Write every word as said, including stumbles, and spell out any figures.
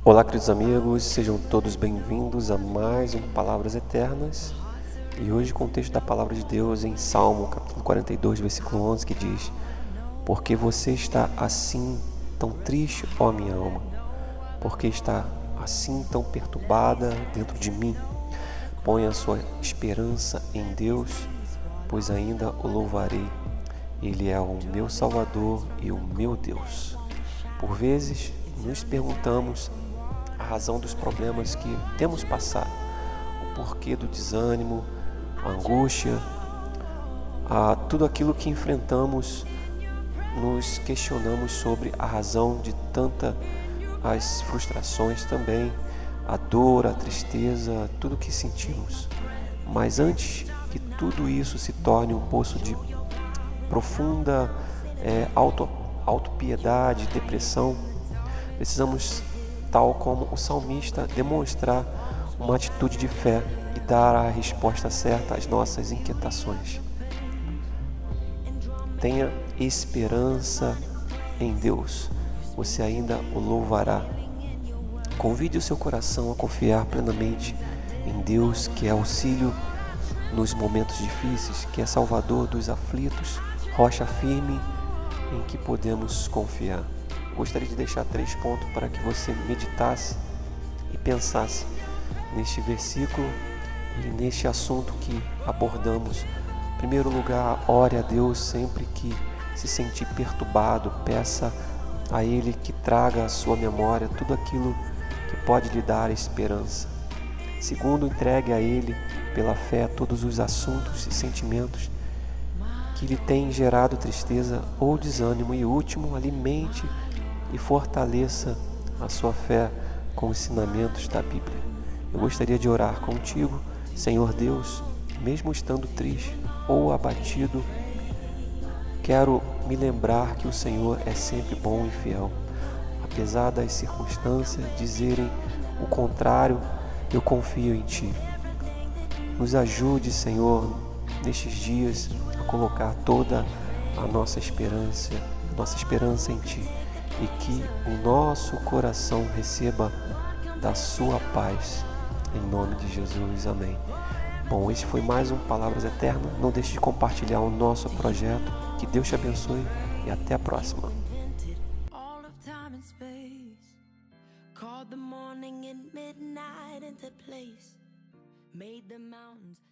Olá, queridos amigos, sejam todos bem-vindos a mais um Palavras Eternas. E hoje com o texto da Palavra de Deus em Salmo, capítulo quarenta e dois, versículo onze, que diz: Porque você está assim tão triste, ó minha alma? Porque está assim tão perturbada dentro de mim? Ponha a sua esperança em Deus, pois ainda o louvarei. Ele é o meu Salvador e o meu Deus. Por vezes nos perguntamos a razão dos problemas que temos passado, o porquê do desânimo, a angústia, a tudo aquilo que enfrentamos. Nos questionamos sobre a razão de tanta as frustrações também, a dor, a tristeza, tudo que sentimos. Mas antes que tudo isso se torne um poço de profunda é, auto, autopiedade, depressão, precisamos, tal como o salmista, demonstrar uma atitude de fé e dar a resposta certa às nossas inquietações. Tenha esperança em Deus, você ainda o louvará. Convide o seu coração a confiar plenamente em Deus, que é auxílio nos momentos difíceis, que é salvador dos aflitos, rocha firme em que podemos confiar. Gostaria de deixar três pontos para que você meditasse e pensasse neste versículo e neste assunto que abordamos. Em primeiro lugar, ore a Deus sempre que se sentir perturbado, peça a Ele que traga à sua memória tudo aquilo que pode lhe dar esperança. Segundo, entregue a Ele pela fé todos os assuntos e sentimentos que lhe têm gerado tristeza ou desânimo. E último, alimente e fortaleça a sua fé com os ensinamentos da Bíblia. Eu gostaria de orar contigo. Senhor Deus, mesmo estando triste ou abatido, quero me lembrar que o Senhor é sempre bom e fiel. Apesar das circunstâncias dizerem o contrário, eu confio em Ti. Nos ajude, Senhor, nestes dias a colocar toda a nossa esperança, nossa esperança em Ti, e que o nosso coração receba da Sua paz. Em nome de Jesus, amém. Bom, esse foi mais um Palavras Eternas. Não deixe de compartilhar o nosso projeto. Que Deus te abençoe e até a próxima. Called the morning and midnight into place, made the mountains